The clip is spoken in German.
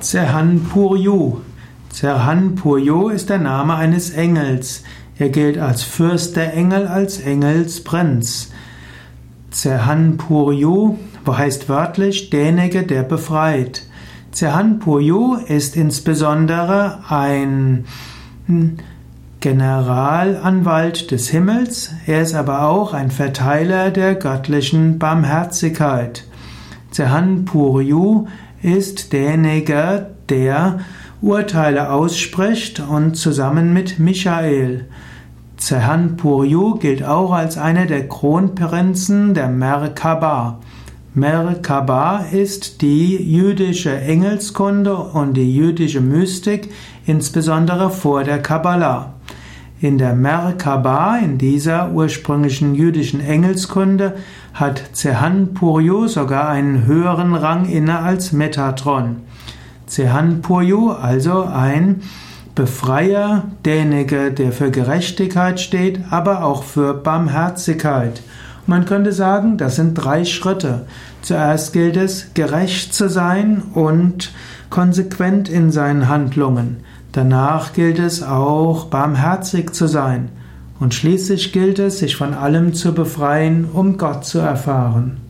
Zerhan-Puryu. Zerhan-Puryu ist der Name eines Engels. Er gilt als Fürst der Engel, als Engelsprinz. Zerhan-Puryu heißt wörtlich derjenige, der befreit. Zerhan-Puryu ist insbesondere ein Generalanwalt des Himmels, er ist aber auch ein Verteiler der göttlichen Barmherzigkeit. Zerhan-Puryu ist derjenige, der Urteile ausspricht und zusammen mit Michael. Zerhan-Puryu gilt auch als einer der Kronprinzen der Merkaba. Merkaba ist die jüdische Engelskunde und die jüdische Mystik, insbesondere vor der Kabbala. In der Merkaba, in dieser ursprünglichen jüdischen Engelskunde, hat Zerhan-Puryu sogar einen höheren Rang inne als Metatron. Zerhan-Puryu, also ein Befreier, derjenige, der für Gerechtigkeit steht, aber auch für Barmherzigkeit. Man könnte sagen, das sind 3 Schritte. Zuerst gilt es, gerecht zu sein und konsequent in seinen Handlungen. Danach gilt es auch, barmherzig zu sein. Und schließlich gilt es, sich von allem zu befreien, um Gott zu erfahren.